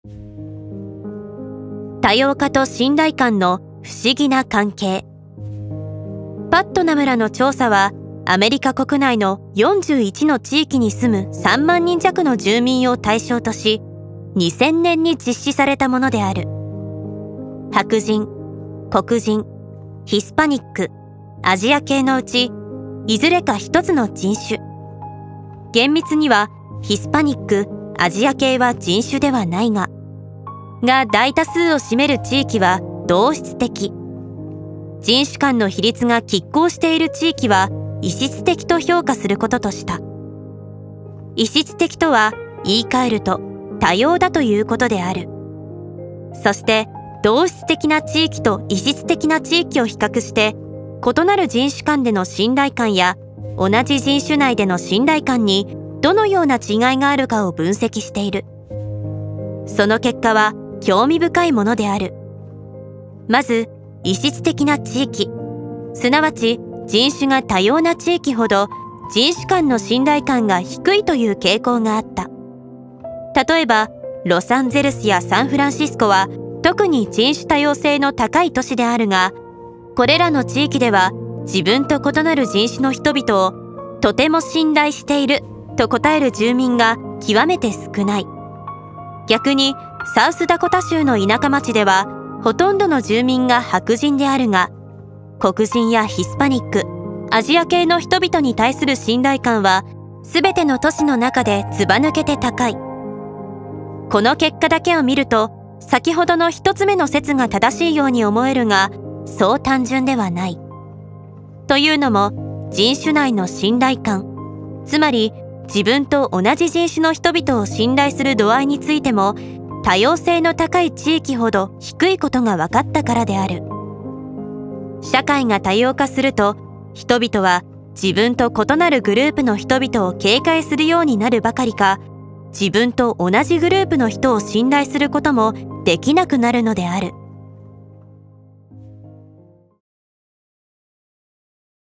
多様化と信頼感の不思議な関係。パットナムらの調査は、アメリカ国内の41の地域に住む3万人弱の住民を対象とし、2000年に実施されたものである。白人、黒人、ヒスパニック、アジア系のうち、いずれか一つの人種。厳密には、ヒスパニック、アジア系は人種ではないが、大多数を占める地域は同質的。人種間の比率が拮抗している地域は異質的と評価することとした。異質的とは言い換えると多様だということである。そして同質的な地域と異質的な地域を比較して異なる人種間での信頼感や同じ人種内での信頼感にどのような違いがあるかを分析している。その結果は興味深いものである。まず、異質的な地域、すなわち人種が多様な地域ほど人種間の信頼感が低いという傾向があった。例えば、ロサンゼルスやサンフランシスコは特に人種多様性の高い都市であるが、これらの地域では自分と異なる人種の人々をとても信頼していると答える住民が極めて少ない。逆に、サウスダコタ州の田舎町ではほとんどの住民が白人であるが、黒人やヒスパニック、アジア系の人々に対する信頼感は全ての都市の中でずば抜けて高い。この結果だけを見ると、先ほどの一つ目の説が正しいように思えるが、そう単純ではない。というのも、人種内の信頼感、つまり自分と同じ人種の人々を信頼する度合いについても、多様性の高い地域ほど低いことが分かったからである。社会が多様化すると、人々は自分と異なるグループの人々を警戒するようになるばかりか、自分と同じグループの人を信頼することもできなくなるのである。